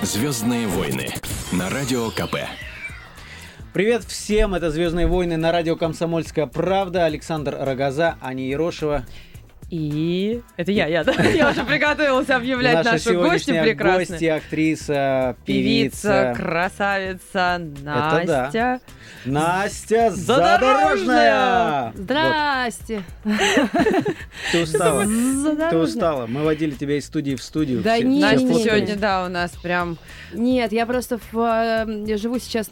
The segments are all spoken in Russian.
«Звездные войны» на Радио КП. Привет всем, это «Звездные войны» на радио «Комсомольская правда». Александр Рогоза, Аня Ерошева. И это я уже приготовилась объявлять нашу гостью прекрасную. Гостья, актриса, певица, красавица Настя. Да. Настя Задорожная! Здрасте! Ты устала? Мы водили тебя из студии в студию. Да Настя сегодня, у нас прям... Нет, я просто живу сейчас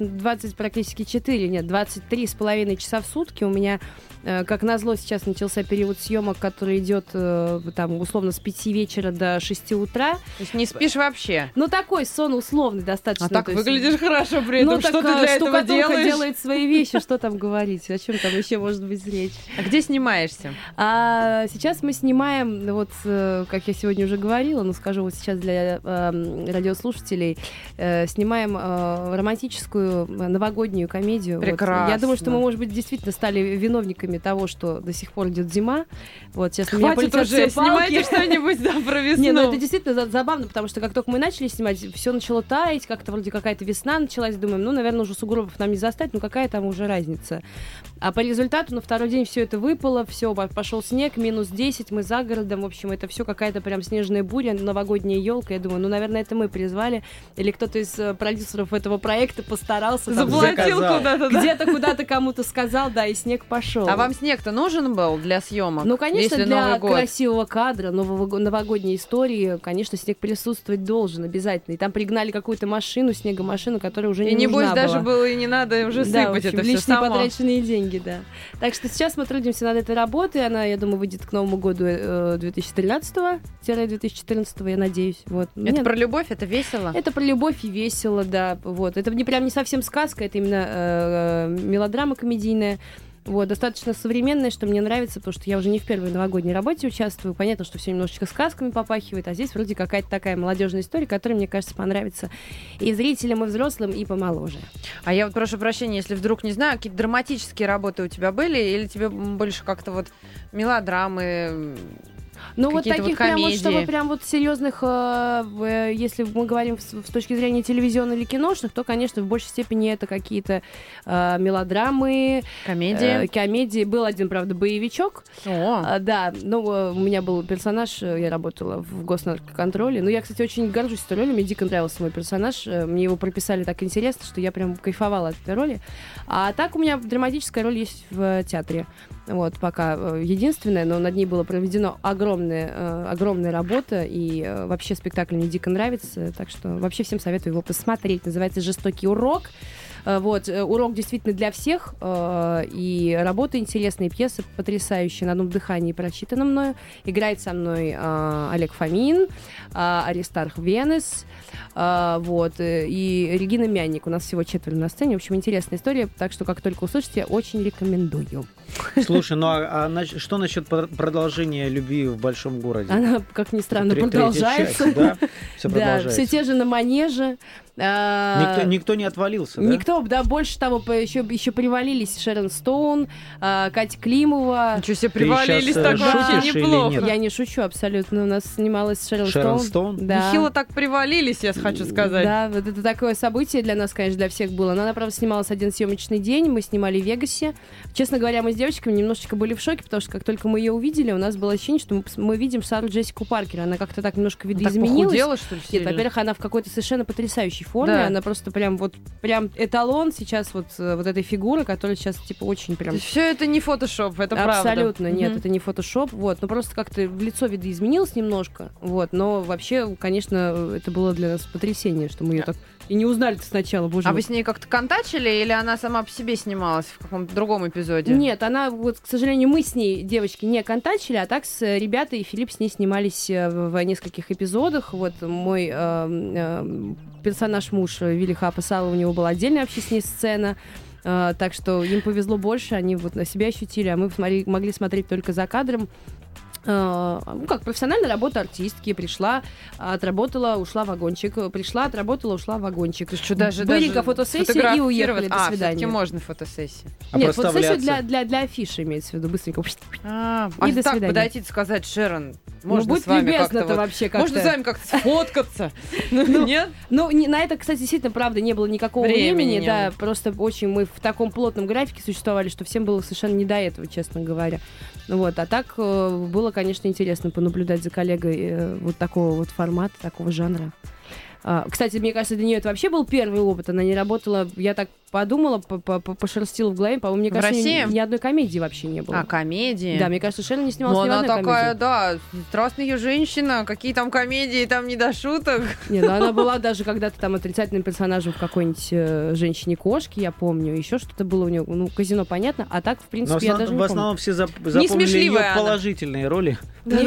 23,5 часа в сутки. У меня, как назло, сейчас начался период съемок, который идет там условно с 5 вечера до 6 утра. То есть не спишь вообще? Ну, такой сон условный достаточно. А так выглядишь хорошо при этом. Что ты для этого делаешь? Делает свои вещи, что там говорить? О чем там еще может быть речь? А где снимаешься? Сейчас мы снимаем, вот как я сегодня уже говорила, но скажу вот сейчас для радиослушателей, снимаем романтическую новогоднюю комедию. Прекрасно. Вот. Я думаю, что мы, может быть, действительно стали виновниками того, что до сих пор идет зима. Вот, сейчас хватит уже, снимайте что-нибудь про весну. Не, ну это действительно забавно, потому что как только мы начали снимать, все начало таять, как-то вроде какая-то весна началась, думаем, ну, наверное, уже сугробов нам не застать, ну какая там уже разница. А по результату на второй день все это выпало, все, пошел снег, минус 10, мы за городом, в общем, это все какая-то прям снежная буря, новогодняя елка. Я думаю, ну, наверное, это мы призвали, или кто-то из продюсеров этого проекта постарался. Заплатил куда-то, да? Где-то куда-то кому-то сказал, да, и снег пошел. А вам снег-то нужен был для съемок? Ну, конечно, для красивого кадра, новогодней истории, конечно, снег присутствовать должен обязательно. И там пригнали какую-то машину, снегомашину, которая уже не нужна была. И небось даже было и не надо уже сыпать это все само. Лишние потраченные деньги, да. Так что сейчас мы трудимся над этой работой. Она, я думаю, выйдет к Новому году 2013-2014, я надеюсь. Вот. Это про любовь, это весело? Это про любовь и весело, да. Вот. Это прям не совсем сказка, это именно мелодрама комедийная. Вот, достаточно современная, что мне нравится, потому что я уже не в первой новогодней работе участвую. Понятно, что все немножечко сказками попахивает, а здесь вроде какая-то такая молодежная история, которая, мне кажется, понравится и зрителям, и взрослым, и помоложе. А я вот прошу прощения, если вдруг не знаю, какие-то драматические работы у тебя были, или тебе больше как-то вот мелодрамы... Ну, вот таких вот прям вот, чтобы прям вот серьезных, если мы говорим с точки зрения телевизионных или киношных, то, конечно, в большей степени это какие-то мелодрамы, комедии. Был один, правда, боевичок. Да, ну, у меня был персонаж, я работала в госнаркоконтроле. Ну, я, кстати, очень горжусь этой ролью, мне дико нравился мой персонаж. Мне его прописали так интересно, что я прям кайфовала от этой роли. А так у меня драматическая роль есть в театре. Вот, пока единственная, но над ней было проведено огромная работа, и вообще спектакль мне дико нравится, так что вообще всем советую его посмотреть. Называется «Жестокий урок». Вот, урок действительно для всех, и работа интересная, и пьеса потрясающая, на одном дыхании прочитана мною. Играет со мной Олег Фомин, Аристарх Венес, вот, и Регина Мянник. У нас всего 4 на сцене. В общем, интересная история, так что как только услышите, очень рекомендую. Слушай, ну что насчет продолжения «Любви в большом городе»? Она, как ни странно, продолжается. Часть, да? Все продолжается. Да, все те же на манеже. Никто не отвалился, да? Никто, да, больше того, еще привалились Шерон Стоун, Катя Климова. Ничего себе, привалились, так вообще неплохо. Я не шучу абсолютно, у нас снималась Шерон Стоун. Да. Нехило так привалились, я хочу сказать. Да, вот это такое событие для нас, конечно, для всех было. Но она, правда, снималась один съемочный день, мы снимали в Вегасе. Честно говоря, мы с девочками немножечко были в шоке, потому что как только мы ее увидели, у нас было ощущение, что мы видим Сару Джессику Паркер. Она как-то так немножко видоизменилась. Так похудела, что ли? Нет, во-первых, она в какой-то совершенно потрясающей форме. Да. Она просто прям эталон сейчас вот этой фигуры, которая сейчас типа очень прям... Все это не фотошоп, это правда. Абсолютно нет, это не фотошоп. Вот, но просто как-то в лицо видоизменилось немножко. Вот, но вообще, конечно, это было для нас потрясение, что мы ее так и не узнали-то сначала. Боже мой. Вы с ней как-то контачили, или она сама по себе снималась в каком-то другом эпизоде? Нет, она, вот, к сожалению, мы с ней, девочки, не контачили, а так с ребятой и Филипп с ней снимались в нескольких эпизодах. Вот мой персонаж муж Вилли Хапасала, у него была отдельная вообще с ней сцена. Так что им повезло больше, они вот на себя ощутили, а мы могли смотреть только за кадром. Ну, как профессиональная работа артистки. Пришла, отработала, ушла в вагончик. Пришла, отработала, ушла в вагончик. То есть, что даже фотосессия и уехали. До свидания. Все-таки можно фотосессию. Нет, фотосессию для афиши имеется в виду. Быстренько. И до свидания. Подойти и сказать: Шерон, Можно будь с вами любезна как-то вообще как-то. Можно с вами как-то сфоткаться? Нет? Ну, на это, кстати, действительно, правда, не было никакого времени. Да, просто очень мы в таком плотном графике существовали, что всем было совершенно не до этого, честно говоря. Вот. А так было, конечно, интересно понаблюдать за коллегой вот такого вот формата, такого жанра. Кстати, мне кажется, для нее это вообще был первый опыт. Она не работала, я так подумала, пошерстила в голове. По-моему, мне кажется, ни одной комедии вообще не было. Комедии? Да, мне кажется, Шерон не снималась ни в одной комедии. Она такая, да, страстная женщина, какие там комедии, там не до шуток. Не, ну она была даже когда-то там отрицательным персонажем в какой-нибудь «Женщине-кошке», я помню. Еще что-то было у нее. Ну, «Казино» понятно, а так, в принципе, я даже не помню. В основном все запомнили ее положительные роли.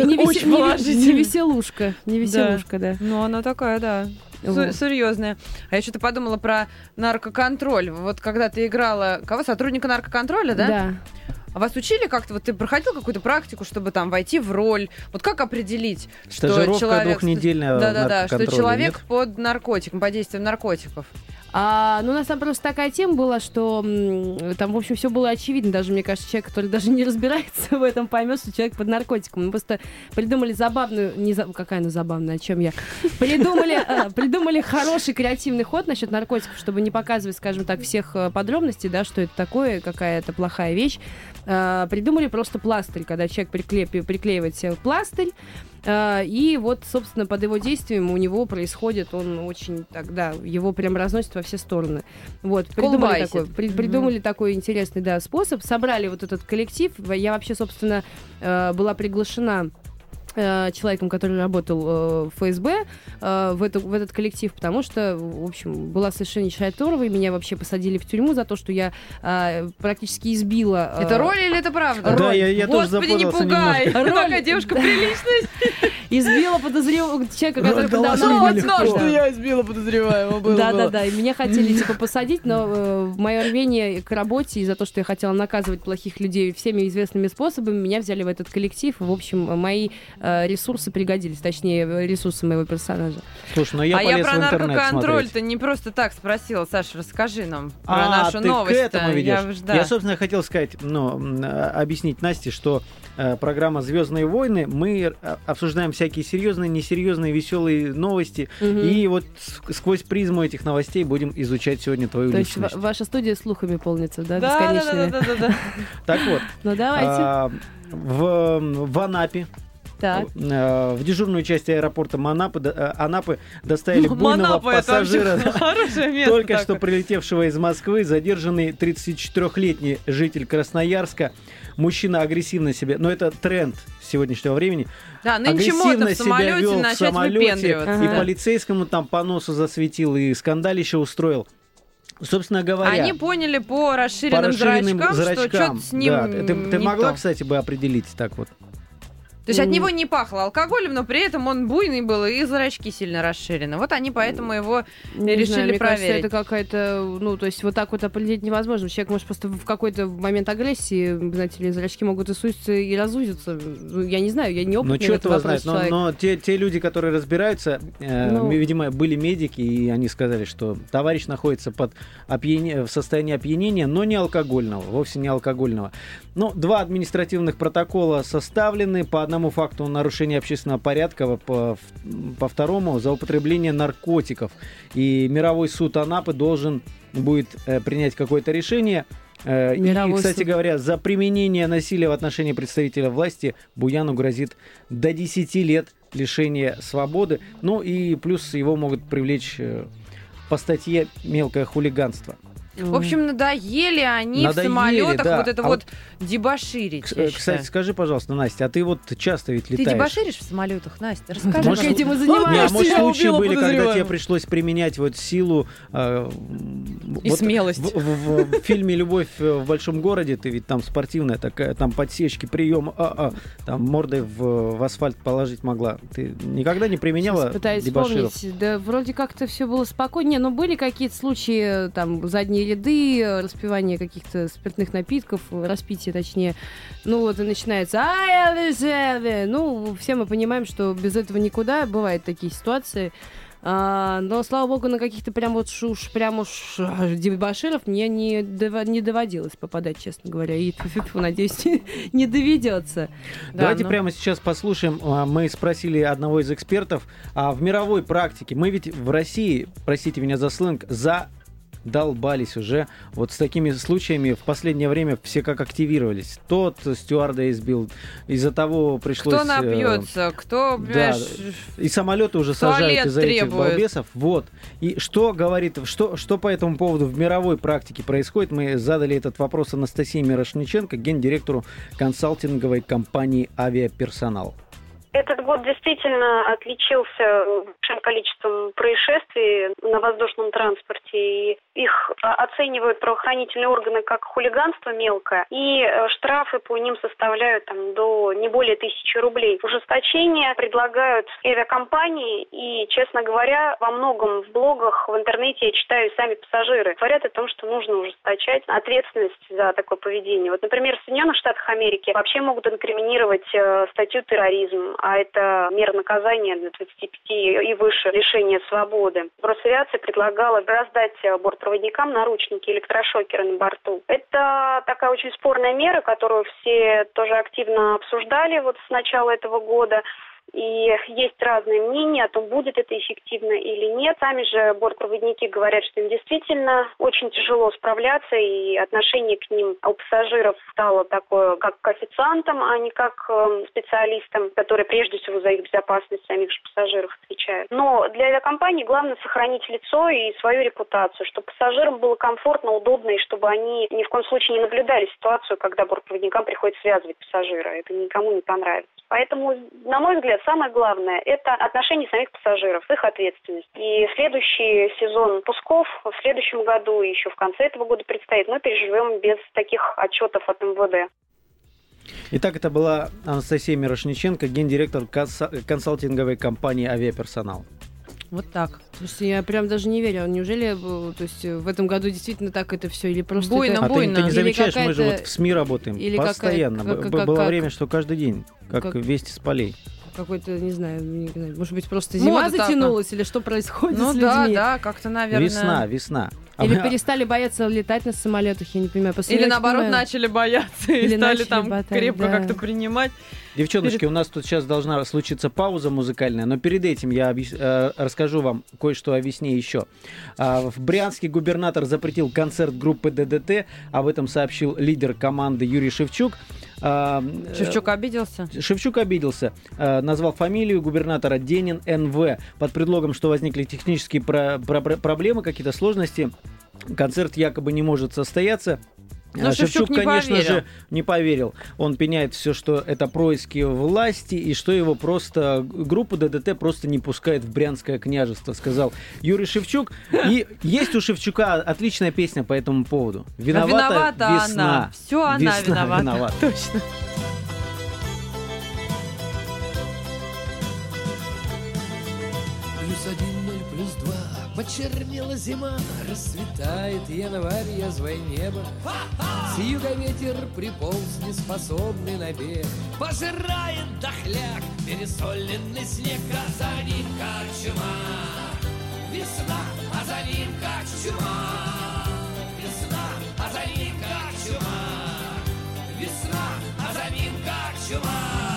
Не веселушка, да. Ну, она такая, да. Серьезная. А я что-то подумала про наркоконтроль. Вот когда ты играла... Кого? Сотрудника наркоконтроля, да? Да. А вас учили как-то? Вот ты проходил какую-то практику, чтобы там войти в роль? Вот как определить, что человек... двухнедельная Да-да-да, что человек под наркотиком, под действием наркотиков? Ну, у нас там просто такая тема была, что там, в общем, все было очевидно. Даже, мне кажется, человек, который даже не разбирается в этом, поймет, что человек под наркотиком. Мы просто придумали забавную... Какая она забавная, о чем я? Придумали хороший креативный ход насчет наркотиков, чтобы не показывать, скажем так, всех подробностей, да, что это такое, какая это плохая вещь. Придумали просто пластырь, когда человек приклеивает себе пластырь, и вот, собственно, под его действием у него происходит, он очень тогда, его прям разносит во все стороны. Вот, придумали такой интересный, да, способ, собрали вот этот коллектив. Я вообще, собственно, была приглашена человеком, который работал в ФСБ, в этот коллектив, потому что, в общем, была совершеннейшая оторва, и меня вообще посадили в тюрьму за то, что я практически избила... Это роль или это правда? Да, я тоже запутался немножко. Господи, не пугай! Такая девушка приличная. Избила подозреваемого человека, который что я избила подозреваемого. Да, и меня хотели типа посадить, но мое рвение к работе и за то, что я хотела наказывать плохих людей всеми известными способами, меня взяли в этот коллектив. В общем, мои ресурсы пригодились, точнее, ресурсы моего персонажа. Слушай, ну я полез в интернет смотреть. Наркоконтроль-то не просто так спросила. Саша, расскажи нам про нашу новость. Ты к этому ведешь? Я, собственно, хотел сказать, объяснить Насте, что программа «Звездные войны», мы обсуждаем всякие серьезные, несерьезные, веселые новости, и вот сквозь призму этих новостей будем изучать сегодня твою личность. То есть ваша студия слухами полнится, да, бесконечными? Да. Так вот. Ну, давайте. В Анапе, в дежурную часть аэропорта Анапы доставили буйного пассажира, только что прилетевшего из Москвы, задержанный 34-летний житель Красноярска. Мужчина агрессивно себя... Но это тренд сегодняшнего времени. Да, нынче модно в самолете начать выпендриваться. И полицейскому там по носу засветил, и скандалище устроил. Собственно говоря... Они поняли по расширенным зрачкам, что что-то с ним Ты могла, кстати, бы определить так вот? То есть от него не пахло алкоголем, но при этом он буйный был, и зрачки сильно расширены. Вот они поэтому его решили проверить. Кажется, это какая-то... то есть вот так вот определить невозможно. Человек может просто в какой-то момент агрессии, знаете ли, зрачки могут и сузиться, и разузиться. Я не знаю, я не опытный в этом вопросе человек. Но те люди, которые разбираются, видимо, были медики, и они сказали, что товарищ находится в состоянии опьянения, но не алкогольного, вовсе не алкогольного. 2 административных протокола составлены, по одному факту нарушения общественного порядка, по второму за употребление наркотиков. И Мировой суд Анапы должен будет принять какое-то решение. И, кстати говоря, за применение насилия в отношении представителя власти Буяну грозит до 10 лет лишения свободы. И плюс его могут привлечь по статье «Мелкое хулиганство». В общем, надоели они в самолетах вот это вот дебоширить. Кстати, скажи, пожалуйста, Настя, а ты вот часто ведь летаешь? Ты дебоширишь в самолетах, Настя? Расскажи. Может, этим и занимаешься? Может, случаи были, когда тебе пришлось применять вот силу и смелость. В фильме «Любовь в большом городе» ты ведь там спортивная такая, там подсечки, прием, там мордой в асфальт положить могла. Ты никогда не применяла дебоширов? Вспомнить. Да, вроде как-то все было спокойнее, но были какие-то случаи, там, задние ряды, распивание каких-то спиртных напитков, распитие, точнее. И начинается все мы понимаем, что без этого никуда. Бывают такие ситуации. Но, слава богу, на каких-то прям уж дебоширов мне не доводилось попадать, честно говоря. И, надеюсь, не доведется. Давайте прямо сейчас послушаем. Мы спросили одного из экспертов. В мировой практике мы ведь в России, простите меня за сленг, задолбались уже вот с такими случаями. В последнее время все как активировались. Тот стюарда избил, из-за того пришлось... Кто напьется, кто, да, и самолеты уже сажают из-за этих балбесов. Вот. И что говорит, что по этому поводу в мировой практике происходит? Мы задали этот вопрос Анастасии Мирошниченко, гендиректору консалтинговой компании «Авиаперсонал». Этот год действительно отличился большим количеством происшествий на воздушном транспорте. И их оценивают правоохранительные органы как хулиганство мелкое. И штрафы по ним составляют до не более 1000 рублей. Ужесточение предлагают авиакомпании. И, честно говоря, во многом в блогах, в интернете я читаю сами пассажиры. Говорят о том, что нужно ужесточать ответственность за такое поведение. Вот, например, в Соединенных Штатах Америки вообще могут инкриминировать статью терроризм. А это мера наказания для 25 и выше лишения свободы. Росавиация предлагала раздать бортпроводникам наручники, электрошокеры на борту. Это такая очень спорная мера, которую все тоже активно обсуждали вот с начала этого года. И есть разные мнения о том, будет это эффективно или нет. Сами же бортпроводники говорят, что им действительно очень тяжело справляться, и отношение к ним у пассажиров стало такое, как к официантам, а не как к специалистам, которые прежде всего за их безопасность самих же пассажиров отвечают. Но для авиакомпании главное сохранить лицо и свою репутацию, чтобы пассажирам было комфортно, удобно, и чтобы они ни в коем случае не наблюдали ситуацию, когда бортпроводникам приходится связывать пассажира. Это никому не понравится. Поэтому, на мой взгляд, самое главное – это отношение самих пассажиров, их ответственность. И следующий сезон пусков в следующем году, еще в конце этого года предстоит, мы переживем без таких отчетов от МВД. Итак, это была Анастасия Мирошниченко, гендиректор консалтинговой компании «Авиаперсонал». Вот так. Слушайте, я прям даже не верю. Неужели, то есть, в этом году действительно так это все или просто... Буйно. Ты не замечаешь, мы же вот в СМИ работаем или постоянно. Было время, что каждый день, как вести с полей. Какой-то, не знаю, может быть, просто зима затянулась, или что происходит с людьми? Да, как-то, наверное... Весна. Или перестали бояться летать на самолетах, я не понимаю. Или наоборот начали бояться и стали там крепко как-то принимать. Девчоночки, у нас тут сейчас должна случиться пауза музыкальная, но перед этим я расскажу вам кое-что о весне еще. В Брянске губернатор запретил концерт группы ДДТ, об этом сообщил лидер команды Юрий Шевчук. Шевчук обиделся? Шевчук обиделся. Назвал фамилию губернатора Денин НВ под предлогом, что возникли технические проблемы, какие-то сложности. Концерт якобы не может состояться. Но Шевчук, конечно же, не поверил. Он пеняет все, что это происки власти, и что его просто группу ДДТ просто не пускает в Брянское княжество, сказал Юрий Шевчук. И есть у Шевчука отличная песня по этому поводу. Виновата весна. Она. Все она виновата. Точно. Почернела зима, расцветает январь, язвой небо. С юга ветер приполз, неспособный на бег. Пожирает дохляк, пересоленный снег, а за ним как чума. Весна, а за ним как чума. Весна, а за ним как чума. Весна, а за ним как чума.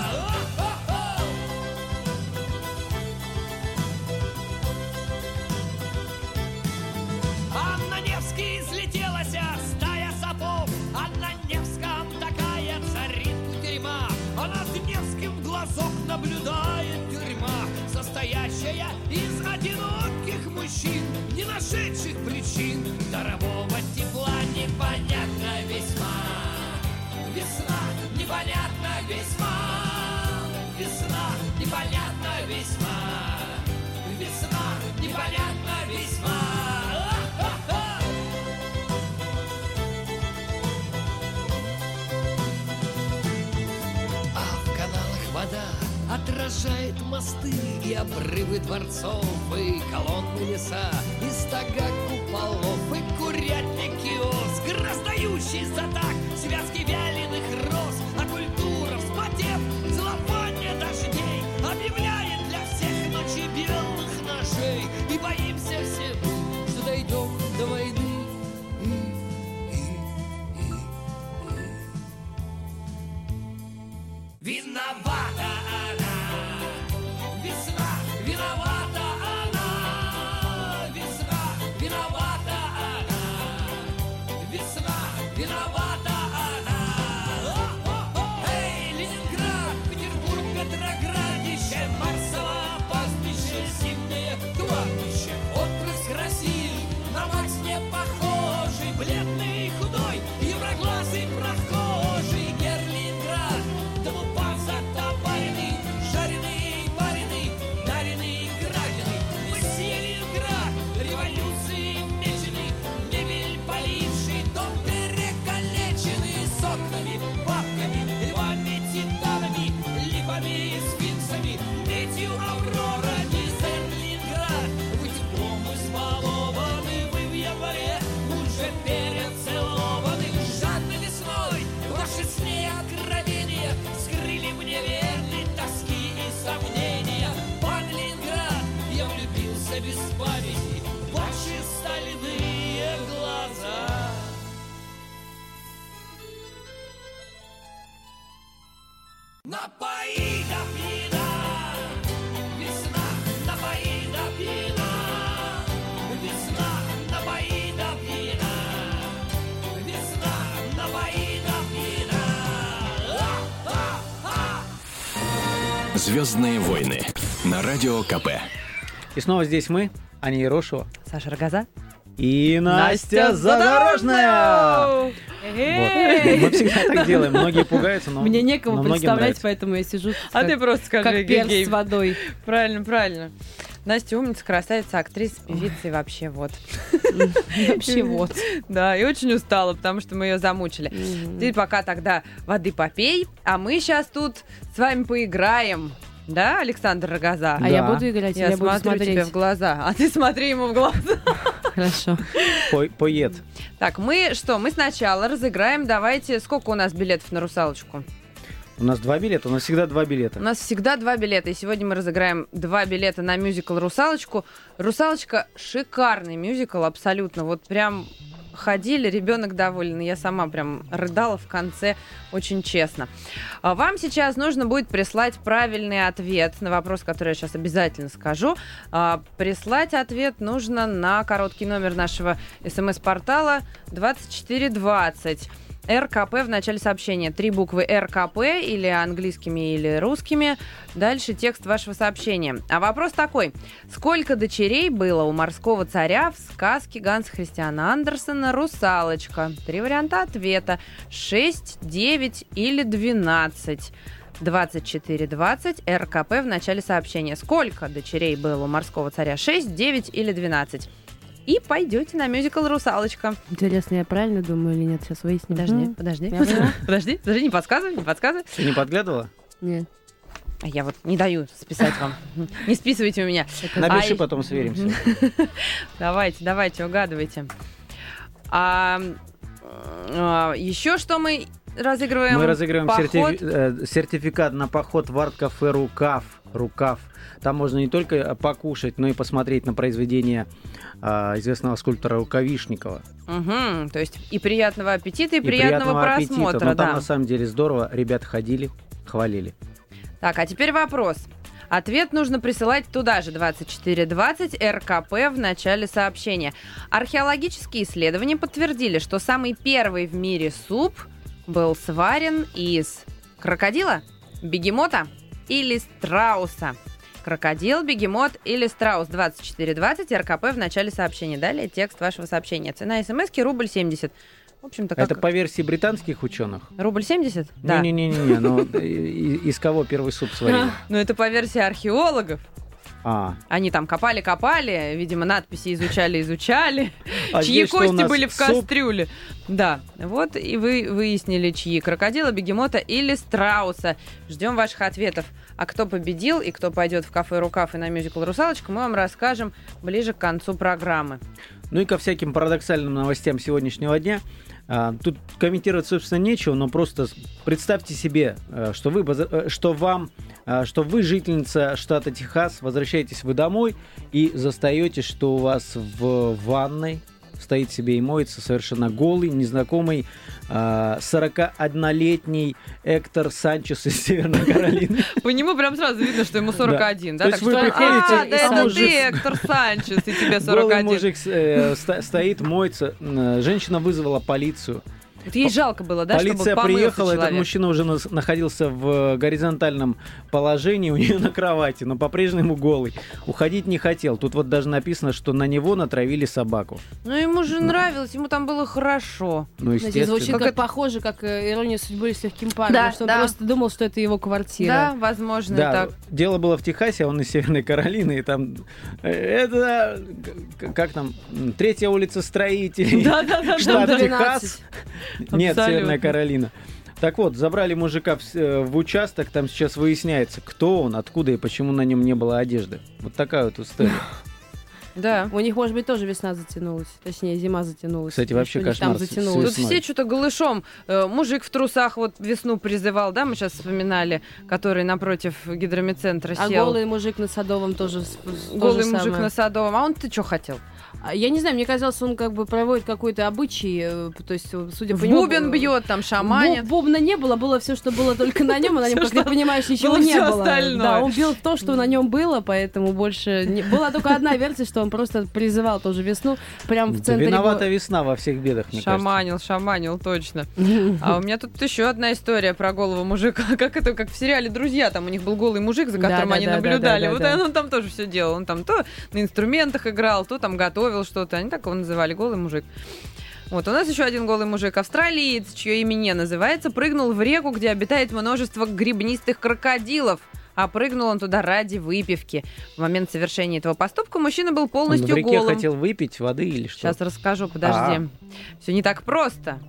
Стая сапог, а на Невском такая царит тюрьма. А над Невским глазок наблюдает тюрьма, состоящая из одиноких мужчин, не нашедших причин дарового тепла. Непонятно весьма. Весна, непонятно весьма. Весна, непонятно весьма. Весна, непонятно весьма. Отражает мосты и обрывы дворцов, и колонны леса, и стога куполов, и курятник киоск, раздающий за так связки вяленых роз. А культура, вспотев, зловоние дождей, объявляет для всех ночи белых ножей. глядите ваши стальные глаза. Напои до пьяна, весна, напои до пьяна, весна, напои до пьяна, весна, напои до пьяна. «Звездные войны» на Радио КП. И снова здесь мы, Аня Ерошева, Саша Рогоза и Настя Задорожная. Вот. Мы всегда так делаем. Многие пугаются, но мне некого но представлять, нравится. поэтому я сижу А ты просто скажи, как перс гей. с водой. Правильно, правильно. Настя умница, красавица, актриса, певица и вообще вот. Вообще вот. Да, и очень устала, потому что мы ее замучили. Ты пока тогда воды попей, а мы сейчас тут с вами поиграем. Да, Александр Рогоза? А я буду играть, Я я буду смотрю тебе смотреть. в глаза, а ты смотри ему в глаза. Хорошо. Поед. Так, мы сначала разыграем, давайте, сколько у нас билетов на «Русалочку»? У нас 2 билета, у нас всегда 2 билета. У нас всегда 2 билета, и сегодня мы разыграем 2 билета на мюзикл «Русалочку». «Русалочка» — шикарный мюзикл, абсолютно. Вот прям ходили, ребенок доволен. Я сама прям рыдала в конце, очень честно. Вам сейчас нужно будет прислать правильный ответ на вопрос, который я сейчас обязательно скажу. Прислать ответ нужно на короткий номер нашего СМС-портала 2420. РКП в начале сообщения. 3 буквы РКП, или английскими, или русскими. Дальше текст вашего сообщения. А вопрос такой. Сколько дочерей было у морского царя в сказке Ганса Христиана Андерсена «Русалочка»? 3 варианта ответа. 6, 9 или 12. 2420 РКП в начале сообщения. Сколько дочерей было у морского царя? 6, 9 или 12? И пойдете на мюзикл «Русалочка». Интересно, я правильно думаю или нет? Сейчас выясним. Подожди. Я поняла. Подожди, не подсказывай. Ты не подглядывала? Нет. А я вот не даю списать вам. Не списывайте у меня. Напиши, потом сверимся. Давайте, угадывайте. Еще что мы разыгрываем? Мы разыгрываем Поход. сертификат на поход в арт-кафе «Рукав». Там можно не только покушать, но и посмотреть на произведения известного скульптора Рукавишникова. Угу, то есть и приятного аппетита, и приятного аппетита. просмотра. Но там Да. на самом деле здорово. Ребята ходили, хвалили. Так, а теперь вопрос. Ответ нужно присылать туда же, 2420 РКП в начале сообщения. Археологические исследования подтвердили, что самый первый в мире суп был сварен из крокодила, бегемота или страуса. Крокодил, бегемот или страус. 2420 РКП в начале сообщения. Далее текст вашего сообщения. Цена смс-ки рубль 70. В общем-то, как... Это по версии британских ученых? Рубль 70? Да. Не-не-не, но из кого первый суп сварили? Ну, это по версии археологов. А. Они там копали, видимо, надписи изучали, А чьи здесь что у кости нас, были в суп? кастрюле. Да, вот и вы выяснили, чьи: крокодила, бегемота или страуса. Ждем ваших ответов. А кто победил и кто пойдет в кафе «Рукав» и на мюзикл «Русалочка», мы вам расскажем ближе к концу программы. Ну и ко всяким парадоксальным новостям сегодняшнего дня. Тут комментировать, собственно, нечего, но просто представьте себе, что вы жительница штата Техас, возвращаетесь вы домой и застаете, что у вас в ванной стоит себе и моется совершенно голый, незнакомый 41-летний Эктор Санчес из Северной Каролины. По нему прям сразу видно, что ему 41, да? То есть вы приходите, да, это мужик- ты, Эктор Санчес, и тебе Голый 41. мужик стоит, моется. Женщина вызвала полицию. Вот ей жалко было, да, Полиция чтобы помылся приехала, этот человек. мужчина уже находился в горизонтальном положении у нее на кровати, но по-прежнему голый. Уходить не хотел. Тут вот даже написано, что на него натравили собаку. Ну, ему же нравилось, ему там было хорошо. Ну, Знаете, естественно. звучит как похоже, как «Ирония судьбы» с легким паром, Да, что он да. просто думал, что это его квартира. Да, возможно, и Да, так. дело было в Техасе, а он из Северной Каролины, и там это, как там, 3-я улица Строителей, Да-да-да. штат 12. Техас. Нет, Абсолютно. Северная Каролина. Так вот, забрали мужика в участок, там сейчас выясняется, кто он, откуда и почему на нем не было одежды. Вот такая вот история. Да. У них, может быть, тоже весна затянулась. Точнее, зима затянулась. Кстати, вообще кошмар. Тут все что-то голышом. Мужик в трусах вот весну призывал, да, мы сейчас вспоминали, который напротив гидромедцентра сел. А голый мужик на Садовом тоже. Голый мужик на Садовом. А он-то что хотел? Я не знаю, мне казалось, он как бы проводит какой-то обычай, то есть, судя по нему... Бубен бьет, там шаманит. Бубна не было все, что было только на нем, а на нем, как ты понимаешь, ничего не было. Да, он бил то, что на нем было, поэтому больше... Была только одна версия, что он просто призывал тоже весну прямо в центре... Виновата весна во всех бедах, мне кажется. Шаманил, точно. А у меня тут еще одна история про голого мужика. Как в сериале «Друзья», там у них был голый мужик, за которым они наблюдали. Вот он там тоже все делал. Он там то на инструментах играл, то там готовил что-то. Они так его называли, голый мужик. Вот, у нас еще один голый мужик, австралиец, чье имя не называется, прыгнул в реку, где обитает множество гребнистых крокодилов. А прыгнул он туда ради выпивки. В момент совершения этого поступка мужчина был полностью голым. Он в реке хотел выпить воды или что? Сейчас расскажу, подожди. Все не так просто.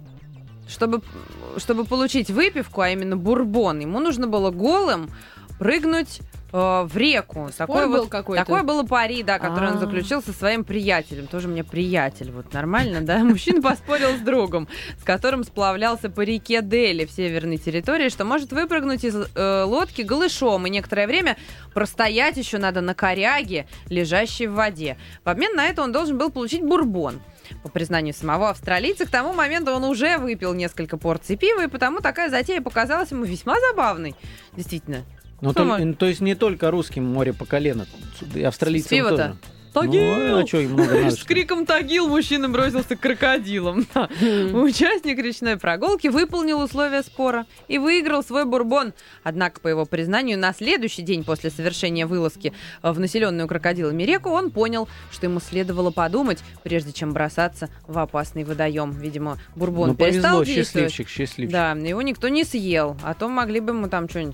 Чтобы получить выпивку, а именно бурбон, ему нужно было голым прыгнуть в реку. Такой было пари, да, который он заключил со своим приятелем. Тоже мне приятель. Вот нормально, да? Мужчина поспорил с другом, с которым сплавлялся по реке Дели в северной территории, что может выпрыгнуть из лодки голышом. И некоторое время простоять еще надо на коряге, лежащей в воде. В обмен на это он должен был получить бурбон. По признанию самого австралийца, к тому моменту он уже выпил несколько порций пива, и потому такая затея показалась ему весьма забавной. Действительно. Ну, то есть не только русским море по колено, и австралийцам тоже. Тагил! А что им много надо? С криком «Тагил» мужчина бросился к крокодилам. Участник речной прогулки выполнил условия спора и выиграл свой бурбон. Однако, по его признанию, на следующий день после совершения вылазки в населенную крокодилами реку он понял, что ему следовало подумать, прежде чем бросаться в опасный водоем. Видимо, бурбон перестал действовать. Счастливчик. Да, его никто не съел, а то могли бы ему там что-нибудь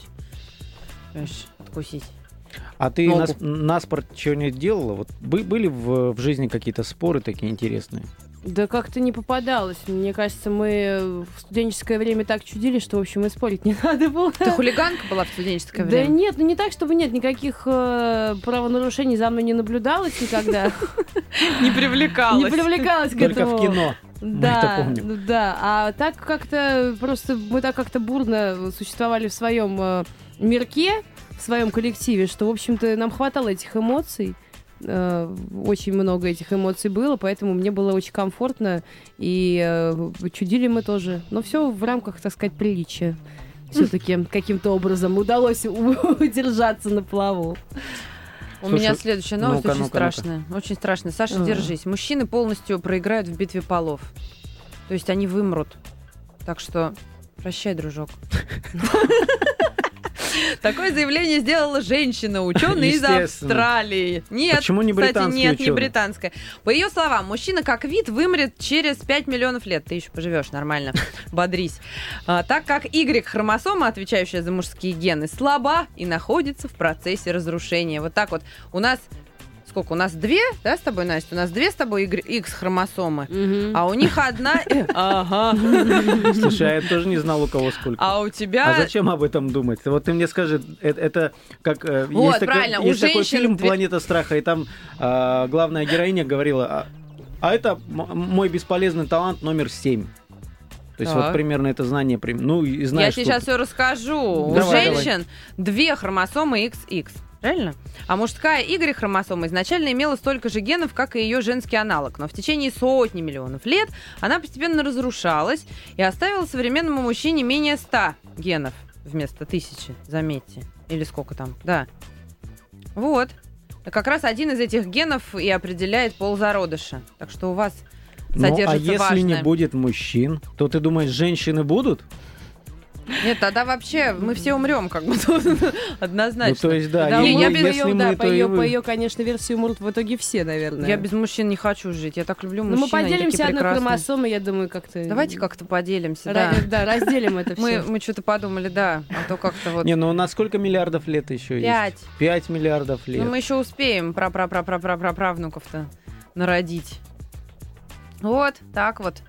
откусить. А ты на спорт чего-нибудь делала? Вот были в жизни какие-то споры такие интересные? Да как-то не попадалось. Мне кажется, мы в студенческое время так чудили, что, в общем, и спорить не надо было. Ты хулиганка была в студенческое время? Да нет, не так, чтобы нет. Никаких правонарушений за мной не наблюдалось никогда. Не привлекалась. Не привлекалась к этому. Только в кино. Да, да. А так как-то просто мы так как-то бурно существовали в своем мирке, в своем коллективе, что, в общем-то, нам хватало этих эмоций. Очень много этих эмоций было, поэтому мне было очень комфортно. И чудили мы тоже. Но все в рамках, так сказать, приличия. Все-таки каким-то образом удалось удержаться на плаву. У меня следующая новость очень страшная. Очень страшная. Саша, держись. Мужчины полностью проиграют в битве полов. То есть они вымрут. Так что прощай, дружок. Такое заявление сделала женщина, ученый из Австралии. Нет, почему не кстати, нет, ученый? Не британская. По ее словам, мужчина как вид вымрет через 5 миллионов лет. Ты еще поживешь нормально, бодрись. Так как Y-хромосома, отвечающая за мужские гены, слаба и находится в процессе разрушения. Вот так вот у нас... Сколько? У нас 2, да, с тобой, Настя? У нас 2 с тобой X-хромосомы, а у них одна... Ага. Слушай, а я тоже не знал, у кого сколько. А у тебя... А зачем об этом думать? Вот ты мне скажи, это как... Вот, правильно, есть такой фильм «Планета страха», и там главная героиня говорила, а это мой бесполезный талант номер 7. То есть вот примерно это знание... Ну, и знаешь, я тебе сейчас все расскажу. Давай, у женщин 2 хромосомы XX. Правильно? А мужская Y-хромосома изначально имела столько же генов, как и ее женский аналог. Но в течение сотни миллионов лет она постепенно разрушалась и оставила современному мужчине менее 100 генов вместо 1000, заметьте. Или сколько там, да. Вот. Как раз один из этих генов и определяет пол зародыша. Так что у вас содержится важное. А если не будет мужчин, то ты думаешь, женщины будут? Нет, тогда вообще мы все умрем, как бы однозначно. Ну, то есть, да, по ее, конечно, версии умрут в итоге все, наверное. Я без мужчин не хочу жить. Я так люблю мужчин. Мы поделимся одной хромосомой, я думаю, как-то. Давайте как-то поделимся, да. Да, разделим это все. Мы что-то подумали, да. А то как-то вот. Не, ну у нас сколько миллиардов лет еще 5. есть? 5 миллиардов лет. Ну мы еще успеем правнуков-то народить. Вот, так вот.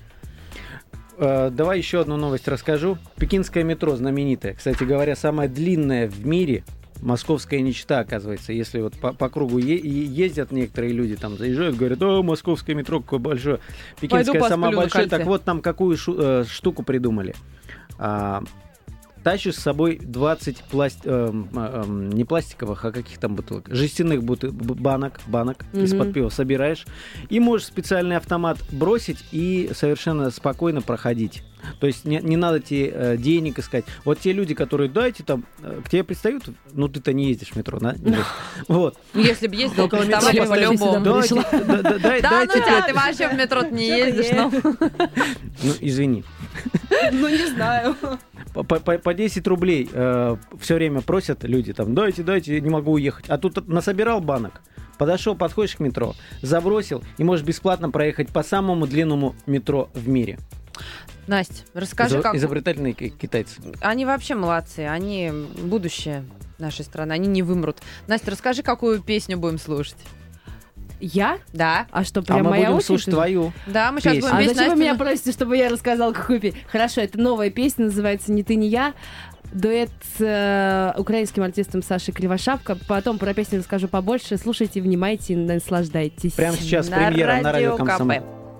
Давай еще одну новость расскажу. Пекинское метро знаменитое. Кстати говоря, самое длинное в мире московская нищета, оказывается. Если вот по кругу ездят некоторые люди, там заезжают, говорят, московское метро какое большое, пекинское самое большое. Так вот, там какую штуку придумали. Тащишь с собой 20 не пластиковых, а каких там бутылок, жестяных банок из-под пива собираешь, и можешь специальный автомат бросить и совершенно спокойно проходить. То есть не надо тебе денег искать. Вот те люди, которые, дайте там, к тебе пристают, ну ты-то не ездишь в метро, да? Вот. Если бы ездил, приставали по-любому. Да, ты вообще в метро не ездишь. Ну, извини. Ну, не знаю. По 10 рублей все время просят люди, там, дайте, не могу уехать. А тут насобирал банок, подошел, подходишь к метро, забросил, и можешь бесплатно проехать по самому длинному метро в мире. Настя, расскажи, как... Изобретательные китайцы. Они вообще молодцы, они будущее нашей страны, они не вымрут. Настя, расскажи, какую песню будем слушать. Я? Да. А что, прям мы моя будем очередь? Слушать твою. Да, мы сейчас будем петь. А зачем вы меня просите, чтобы я рассказала, какую песню? Хорошо, это новая песня, называется «Не ты, не я». Дуэт с украинским артистом Сашей Кривошапко. Потом про песню расскажу побольше. Слушайте, внимайте, наслаждайтесь. Прямо сейчас премьера на радио «Комсомол».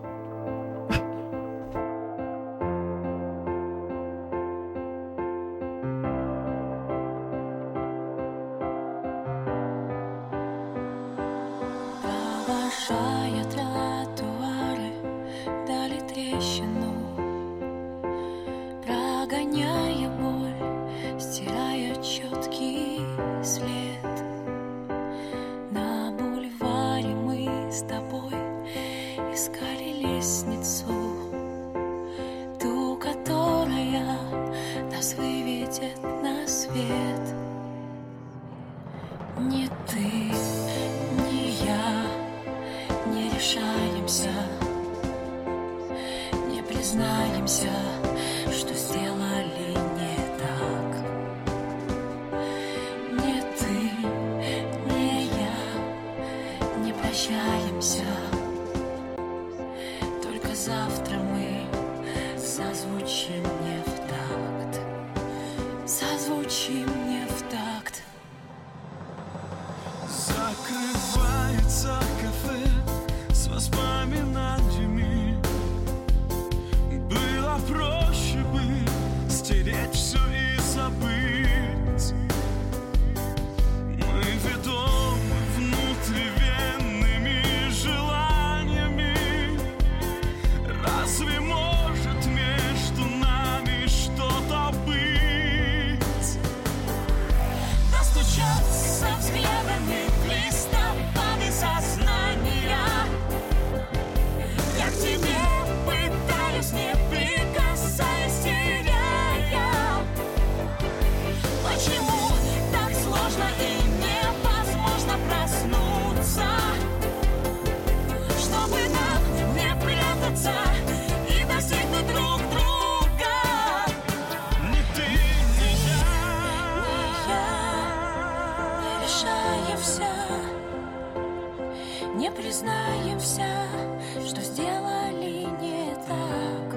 Не признаемся, что сделали не так.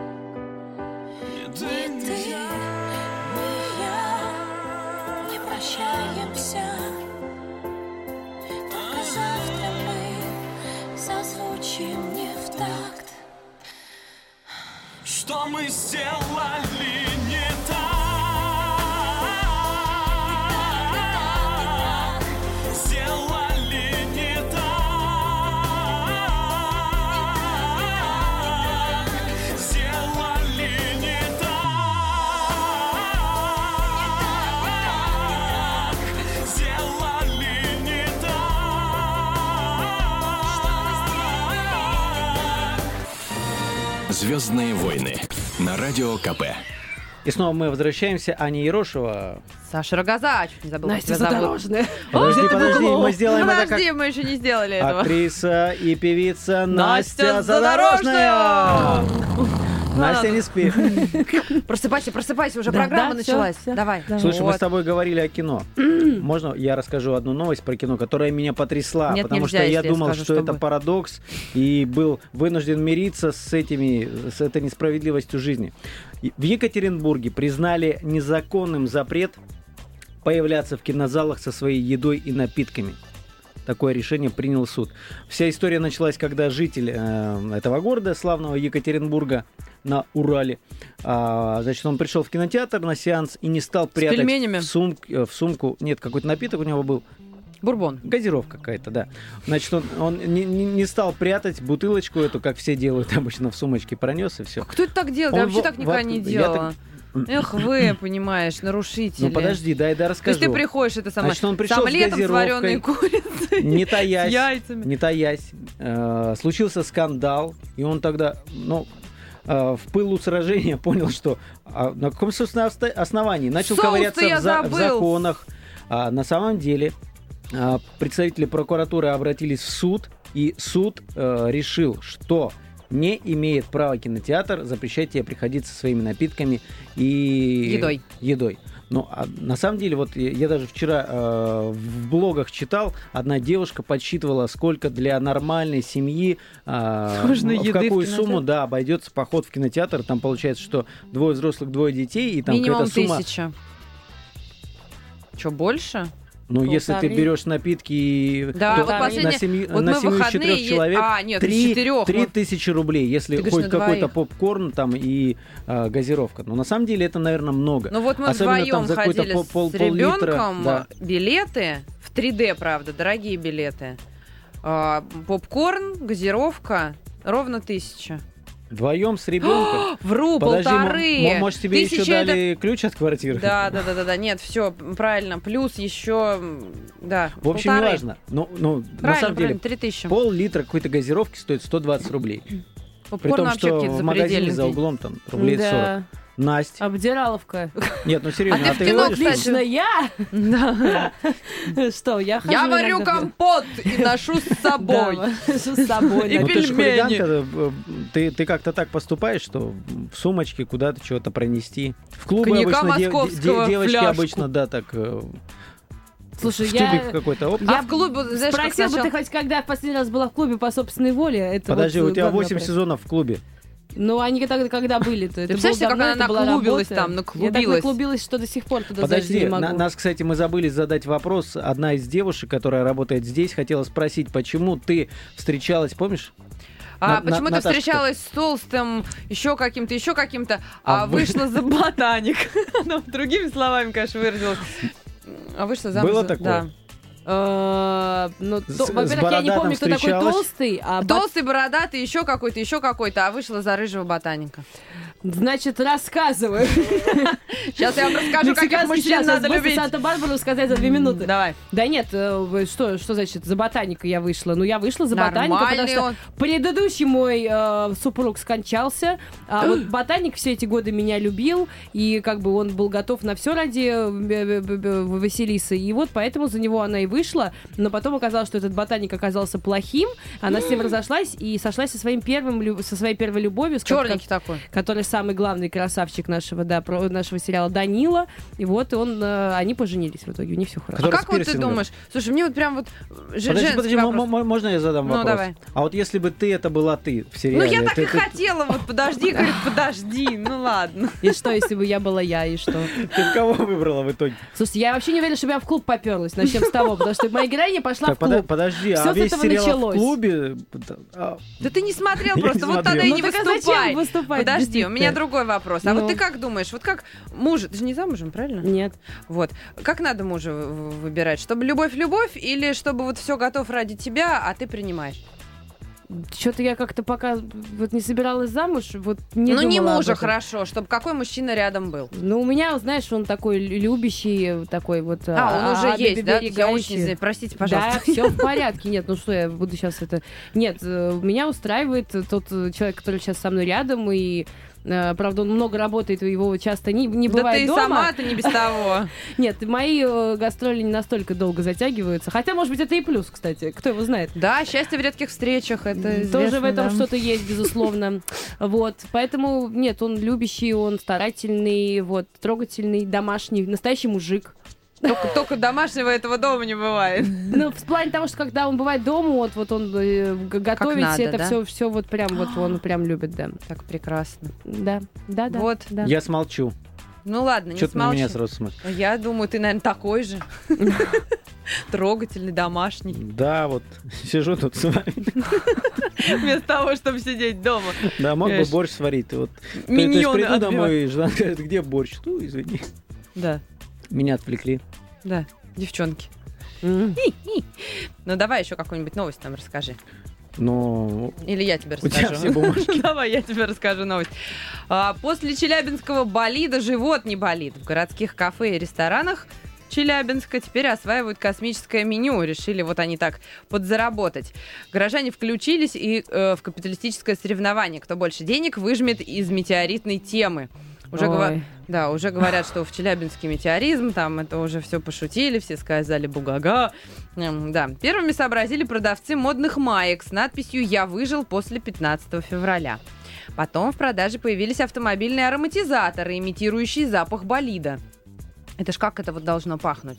Ни ты, ни я не прощаемся. Только завтра мы созвучим не в такт. Что мы сделали не так? «Звездные войны» на радио КП. И снова мы возвращаемся. Аня Ерошева. Саша Рогоза, чуть не забыла. Настя Задорожная. Подожди, мы сделаем это как... Подожди, мы еще не сделали этого. Актриса и певица Настя Задорожная. Настя, не спи. Просыпайся, уже программа началась. Давай. Слушай, мы с тобой говорили о кино. Можно я расскажу одну новость про кино, которая меня потрясла? Нет, потому нельзя, что я если думал, скажу, что это парадокс, и был вынужден мириться с этой несправедливостью жизни. В Екатеринбурге признали незаконным запрет появляться в кинозалах со своей едой и напитками. Такое решение принял суд. Вся история началась, когда житель этого города, славного Екатеринбурга, на Урале, значит, он пришел в кинотеатр на сеанс и не стал прятать в сумку... Нет, какой-то напиток у него был. Бурбон. Газировка какая-то, да. Значит, он не стал прятать бутылочку эту, как все делают обычно, в сумочке пронес и все. Кто это так делает? Я вообще так никогда не делала. Эх, вы, понимаешь, нарушители. Ну подожди, дай расскажу. То есть ты приходишь, это самое, значит, он пришел с омлетом, с с вареной курицей, не таясь, с яйцами. Не таясь. Случился скандал, и он тогда, в пылу сражения понял, что на каком, собственно, основании начал ковыряться в законах. На самом деле представители прокуратуры обратились в суд, и суд решил, что не имеет права кинотеатр запрещать тебе приходить со своими напитками и едой. Но на самом деле, вот я даже вчера в блогах читал, одна девушка подсчитывала, сколько для нормальной семьи, в какую сумму обойдется поход в кинотеатр. Там получается, что 2 взрослых, 2 детей, и там минимум какая-то сумма... 1000. Что, больше? Ну, если ты берешь напитки на семью из 4 человек, 3000 рублей, если хоть какой-то попкорн там и газировка. Но на самом деле это, наверное, много. Ну вот мы вдвоем ходили с ребенком, билеты, в 3D, правда, дорогие билеты. Попкорн, газировка, ровно 1000. Вдвоем с ребенком? Вру, 1500. Может, тебе еще дали ключ от квартиры? Да. Нет, все правильно. Плюс еще, да. В общем, неважно. На самом деле, 3000. Пол-литра какой-то газировки стоит 120 рублей. При том, что в магазине за углом там рублей 40. Настя. Обдираловка. Нет, серьезно, а ты в кино, лично я? Да. Что, я хожу. Я варю компот и ношу с собой. Ношу с собой. И пельмени. Ты как-то так поступаешь, что в сумочке куда-то чего-то пронести. В клубы обычно девочки обычно, так... Слушай, в клубе, знаешь, спросил бы ты хоть когда в последний раз была в клубе по собственной воле. Подожди, у тебя 8 сезонов в клубе. Ну, они когда были-то? Ты представляешь, как она наклубилась там, наклубилась? Я так наклубилась, что до сих пор туда зайти не могу. Нас, кстати, мы забыли задать вопрос. Одна из девушек, которая работает здесь, хотела спросить, почему ты встречалась, помнишь? Почему ты встречалась с толстым, еще каким-то, а вышла за ботаник? Другими словами, конечно, выразилась. А вышла замуж. Было такое? Да. Во-первых, я не помню, кто такой толстый. Толстый, бородатый, еще какой-то, а вышла за рыжего ботаника. Значит, рассказывай. Сейчас я вам расскажу, каких мужчин надо любить. Санта-Барбару сказать за 2 минуты. Давай. Да нет, что значит, за ботаника я вышла? Ну, я вышла за ботаника, потому что предыдущий мой супруг скончался, а вот ботаник все эти годы меня любил, и как бы он был готов на все ради Василисы, и вот поэтому за него она и вышла, но потом оказалось, что этот ботаник оказался плохим, она с ним разошлась и сошлась со своей первой любовью. Черненький такой. Который самый главный красавчик нашего сериала Данила. И вот они поженились в итоге, у них все хорошо. А как вот ты думаешь? Слушай, мне вот прям вот Подожди, можно я задам вопрос? Давай. А вот если бы это была ты в сериале... Ну, я так и хотела, вот подожди, ну ладно. И что, если бы я была я, и что? Ты кого выбрала в итоге? Слушай, я вообще не уверена, чтобы я в клуб поперлась. Начнем с того, потому что моя героиня пошла в клуб. Подожди, а весь сериал в клубе... Да ты не смотрел просто, вот тогда и не выступай. Подожди, у меня другой вопрос. А вот ты как думаешь, вот как муж... Ты же не замужем, правильно? Нет. Вот. Как надо мужа выбирать? Чтобы любовь или чтобы вот все готов ради тебя, а ты принимаешь? Что-то я как-то пока вот не собиралась замуж, вот не думала. Ну, не мужа, хорошо, чтобы какой мужчина рядом был. Ну, у меня, знаешь, он такой любящий, такой вот... он уже есть, да? Я очень извиняюсь, простите, пожалуйста. Да, все в порядке. Нет, ну что, я буду сейчас это... Нет, меня устраивает тот человек, который сейчас со мной рядом, и... Правда, он много работает, его часто не бывает дома. Да ты сама-то не без того. Нет, мои гастроли не настолько долго затягиваются. Хотя, может быть, это и плюс, кстати. Кто его знает. Да, счастье в редких встречах. Это известно, тоже в этом что-то есть, безусловно. Вот. Поэтому, нет, он любящий, он старательный, вот, трогательный, домашний, настоящий мужик. Только домашнего этого дома не бывает. Ну, в плане того, что когда он бывает дома, вот он готовит надо, это да? все вот прям вот он прям любит, да. Так прекрасно. Да. Вот. Да. Я смолчу. Ну ладно, не Что ты на смолчи. меня сразу смотришь? Я думаю, ты, наверное, такой же. Трогательный, домашний. Да, вот сижу тут с вами. Вместо того, чтобы сидеть дома. Да, мог бы борщ сварить. Вот. То есть приду домой, и жена говорит, где борщ? Ну, извини. Да. Меня отвлекли. Да, девчонки. Ну, давай еще какую-нибудь новость нам расскажи. Но... Или я тебе У тебя расскажу. все бумажки. Давай, я тебе расскажу новость. После челябинского болида живот не болит. В городских кафе и ресторанах Челябинска теперь осваивают космическое меню. Решили вот они так подзаработать. Горожане включились и в капиталистическое соревнование. Кто больше денег выжмет из метеоритной темы. Уже говорят, что в Челябинске метеоризм, там это уже все пошутили, все сказали бугага. Да. Первыми сообразили продавцы модных маек с надписью «Я выжил после 15 февраля». Потом в продаже появились автомобильные ароматизаторы, имитирующие запах болида. Это ж как это вот должно пахнуть?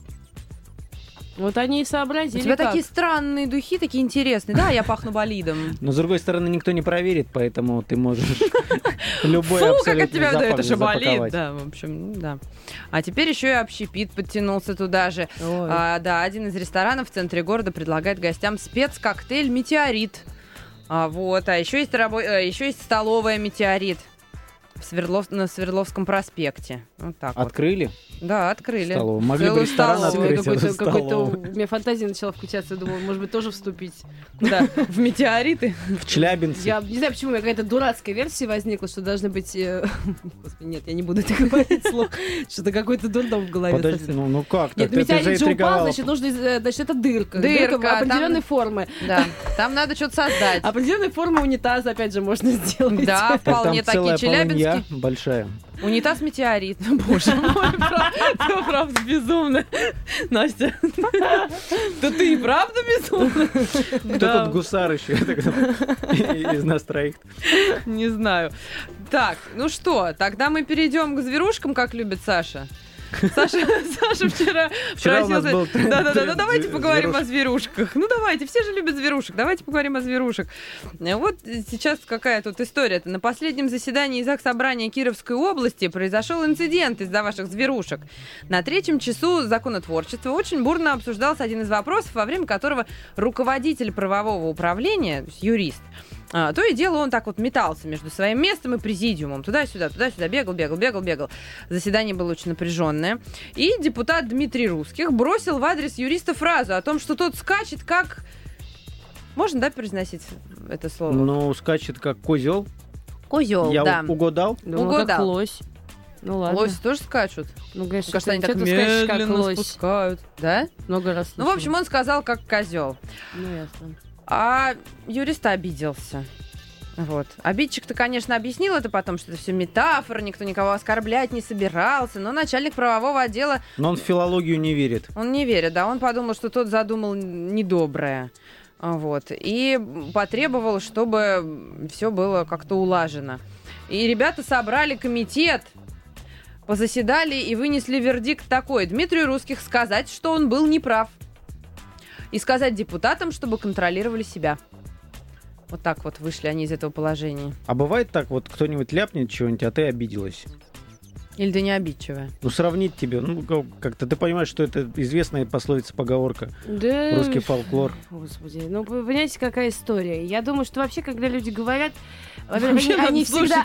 Вот они и сообразили. У тебя как. такие странные духи, такие интересные. Да, я пахну болидом. Но, с другой стороны, никто не проверит, поэтому ты можешь любой Фу, как абсолютно от тебя запах это же болит. запаковать. Да, в общем, да. А теперь еще и общепит подтянулся туда же. Да, один из ресторанов в центре города предлагает гостям спецкоктейль «Метеорит». А еще есть столовая «Метеорит» на Свердловском проспекте. Вот так вот. Открыли? Да, открыли. Столовую. Могли бы ресторан открыть. У меня фантазия начала включаться. Я думала, может быть, тоже вступить. Куда? В «Метеориты»? В Челябинце. Я не знаю, почему у меня какая-то дурацкая версия возникла, что должны быть... Господи, нет, я не буду это говорить вслух. Что-то какой-то дурдом в голове. Подожди, ну как? Нет, метеорит же упал, значит, это дырка. Дырка определенной формы. Да, там надо что-то создать. Определенной формы унитаза, опять же, можно сделать. Да, вполне такие челябинские. Большая. Унитаз «Метеорит». Боже мой, это правда безумно. Настя, да ты и правда безумна. Кто тут гусар еще из нас троих? Не знаю. Так, ну что, тогда мы перейдем к зверушкам, как любит Саша. Саша вчера у нас был Да, ну давайте поговорим о зверушках. Ну давайте, все же любят зверушек. Давайте поговорим о зверушек. Вот сейчас какая тут история-то. На последнем заседании Заксобрания Кировской области произошел инцидент из-за ваших зверушек. На 3-м часу законотворчества очень бурно обсуждался один из вопросов, во время которого руководитель правового управления, то есть юрист, то и дело он так вот метался между своим местом и президиумом. Туда-сюда, бегал. Заседание было очень напряженное. И депутат Дмитрий Русских бросил в адрес юриста фразу о том, что тот скачет как... Можно, да, произносить это слово? Ну, скачет как козел. Козел, да. Я угадал? Угадал. Как лось. Ну ладно. Лоси тоже скачут? Ну, конечно, кажется, они что так ты скачешь, как медленно лось. спускают. Да? Много раз. Ну, в общем, он сказал, как козел. Ну, ясно. А юрист обиделся. Вот. Обидчик-то, конечно, объяснил это потом, что это все метафора, никто никого оскорблять не собирался, но начальник правового отдела... Но он в филологию не верит. Он не верит, да, он подумал, что тот задумал недоброе. Вот. И потребовал, чтобы все было как-то улажено. И ребята собрали комитет, позаседали и вынесли вердикт такой: Дмитрию Русских сказать, что он был неправ. И сказать депутатам, чтобы контролировали себя. Вот так вот вышли они из этого положения. А бывает так, вот кто-нибудь ляпнет чего-нибудь, а ты обиделась? Или ты не обидчивая? Ну, сравнить тебе, ну, как-то ты понимаешь, что это известная пословица, поговорка. Да. Русский фолклор. Господи, ну, вы понимаете, какая история? Я думаю, что вообще, когда люди говорят, они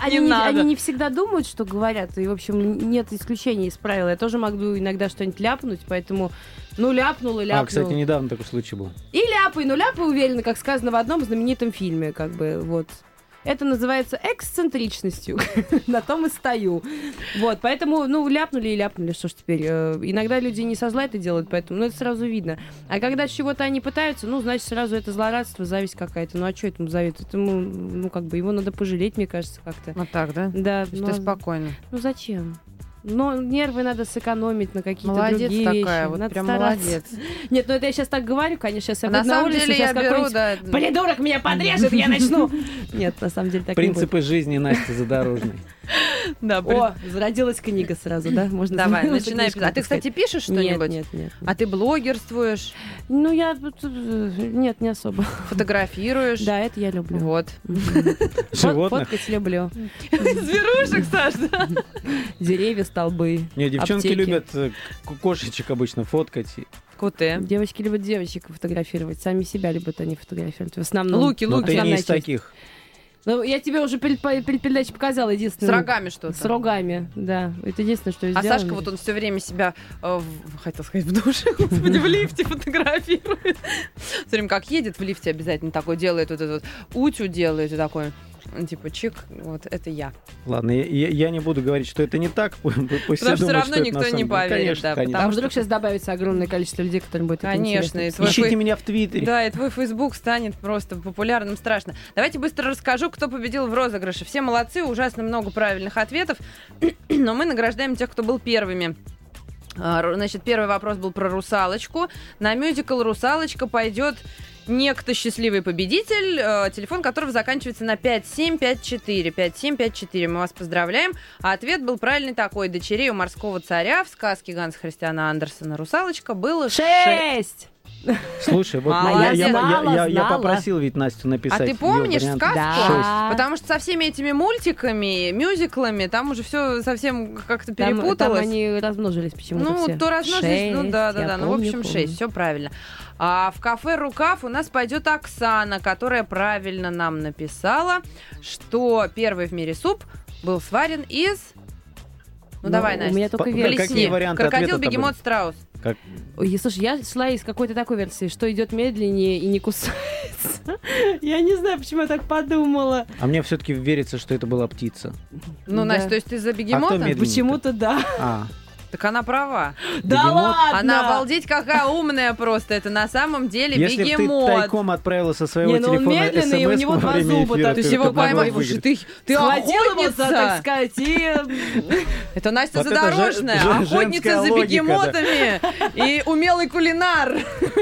не всегда думают, что говорят, и, в общем, нет исключений из правил. Я тоже могу иногда что-нибудь ляпнуть, поэтому, ну, ляпнул. А, кстати, недавно такой случай был. И ляпай уверенно, как сказано в одном знаменитом фильме, как бы, вот. Это называется эксцентричностью. На том и стою. Вот, поэтому, ну, ляпнули и ляпнули, что ж теперь. Иногда люди не со зла это делают, поэтому, ну, это сразу видно. А когда чего-то они пытаются, ну, значит, сразу это злорадство, зависть какая-то. Ну, а что этому завидуют? Этому, ну, как бы, его надо пожалеть, мне кажется, как-то. Вот так, да? Да. То есть ты спокойно. Ну, зачем? Но нервы надо сэкономить на какие-то молодец другие такая, вещи. вот Надо прям стараться. молодец. Нет, ну это я сейчас так говорю, конечно, сейчас я на буду на улице, деле сейчас я беру, да. придурок меня подрежет, я начну. Нет, на самом деле так не будет. Принципы жизни Насти Задорожной. Да, О, зародилась книга сразу, да? Можно давай, начинай. А ты, кстати, пишешь что-нибудь? Нет. А ты блогерствуешь? Ну, я... Нет, не особо. Фотографируешь? Да, это я люблю. Вот. Животных? Фоткать люблю. Зверушек, Саш, да? Деревья, столбы, Не, девчонки аптеки. любят кошечек обычно фоткать. Коты. Девочки любят девочек фотографировать. Сами себя любят они фотографировать. В основном. Луки. Но ты не основная из часть. таких. Ну, я тебе уже перед передачей показала С единственное. рогами что-то. С рогами, да. Это единственное, что я А сделала. Сашка, вот он все время себя, хотел сказать, в душе, господи, в лифте фотографирует. Все время как едет в лифте, обязательно такой делает, вот этот вот утю делает, и такой, типа, чик, вот это я. Ладно, я не буду говорить, что это не так. Пусть Потому все что думают, равно это никто на самом не деле. поверит, Конечно, да, конечно. А вдруг сейчас добавится огромное количество людей, которым будет это Конечно, интересно. и твой Ищите меня в Твиттере. Да, и твой Фейсбук станет просто популярным страшно. Давайте быстро расскажу, кто победил в розыгрыше. Все молодцы, ужасно много правильных ответов, но мы награждаем тех, кто был первыми. Значит, первый вопрос был про «Русалочку». На мюзикл «Русалочка» пойдет некто счастливый победитель, телефон которого заканчивается на 5754. 5754. Мы вас поздравляем. А ответ был правильный такой. Дочерей у морского царя в сказке Ганса Христиана Андерсена «Русалочка» было 6. Слушай, вот Молодец. я Знала. попросил ведь Настю написать. А ты помнишь её вариант. сказку? Да. Потому что со всеми этими мультиками, мюзиклами, там уже все совсем как-то Там перепуталось. они размножились почему-то Ну, все. то размножились, ну да, я ну, в общем, помню. 6, все правильно. А в кафе «Рукав» у нас пойдет Оксана, которая правильно нам написала, что первый в мире суп был сварен из... Ну, давай, Настя. У меня только Какие версия. Блесни. варианты Крокодил, ответа-то бегемот, были? страус. Ой, слушай, я шла из какой-то такой версии, что идет медленнее и не кусается. Я не знаю, почему я так подумала. А мне все-таки верится, что это была птица. Ну, Да. Настя, то есть ты за бегемота? медленнее? Почему-то да. А, Так она права. Да Бегемот? ладно! Она обалдеть какая умная просто. Это на самом деле если бы ты бегемот. тайком отправила со своего Не, ну он телефона медленный, и у СМС него во два время зуба, эфира, так Ты ты его это могла поймаешь, выиграть. ты Схватила его, так охотница. сказать, и... Это Настя Вот это Задорожная, женская охотница за логика, бегемотами и умелый кулинар.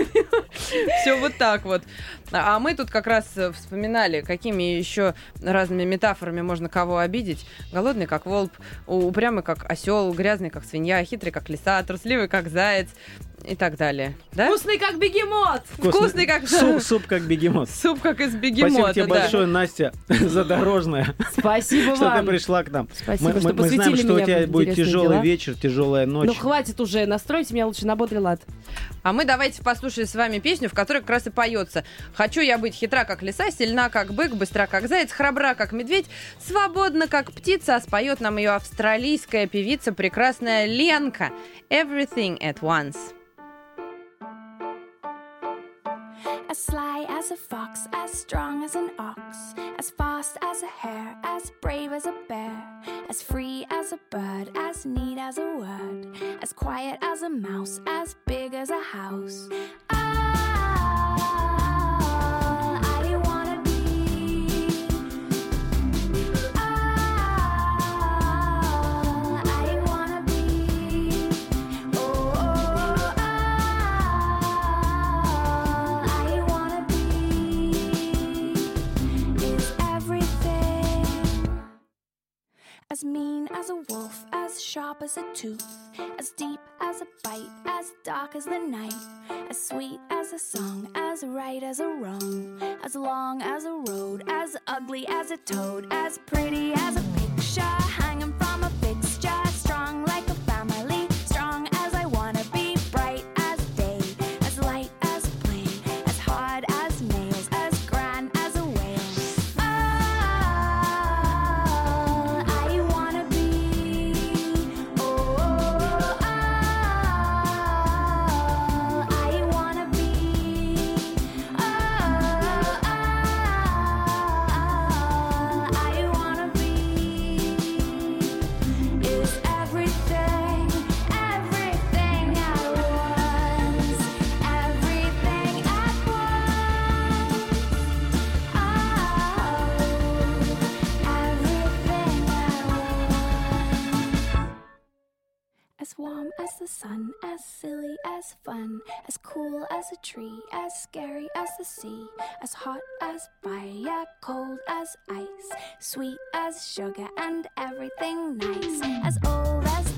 Все вот так вот. А мы тут как раз вспоминали, какими еще разными метафорами можно кого обидеть. Голодный, как волк, упрямый, как осел, грязный, как свинья, хитрый, как лиса, трусливый, как заяц и так далее. Да? Вкусный, как бегемот! Вкусный, как... Суп как бегемот. Суп, как из бегемота, Спасибо тебе да. большое, Настя Задорожная, Спасибо что ты вам. пришла к нам. Спасибо, что Мы знаем, посвятили что у меня тебя в будет интересные тяжелый дела. вечер, тяжелая ночь. Ну хватит уже, настройте меня лучше на бодрый лад. А мы давайте послушаем с вами песню, в которой как раз и поется: «Хочу я быть хитра, как лиса, сильна, как бык, быстра, как заяц, храбра, как медведь, свободна, как птица». А споет нам ее австралийская певица, прекрасная Ленка. «Everything at once». As sly as a fox, as strong as an ox, as fast as a hare, as brave as a bear, as free as a bird, as neat as a word, as quiet as a mouse, as big as a house. I wanna be. I wanna be. Oh, I wanna be is everything. As mean as a wolf, as sharp as a tooth, as deep as a bite, as dark as the night, as sweet as a song, as right as a wrong, as long as a road, as ugly as a toad, as pretty as a picture hanging from a fixture, strong like a family, strong as I wanna be, bright as day, as light as a plane, as hard as nails, as grand as a whale. I wanna be. Oh, I wanna be. I wanna be. warm as the sun, as silly as fun, as cool as a tree, as scary as the sea, as hot as fire, cold as ice, sweet as sugar and everything nice, as old as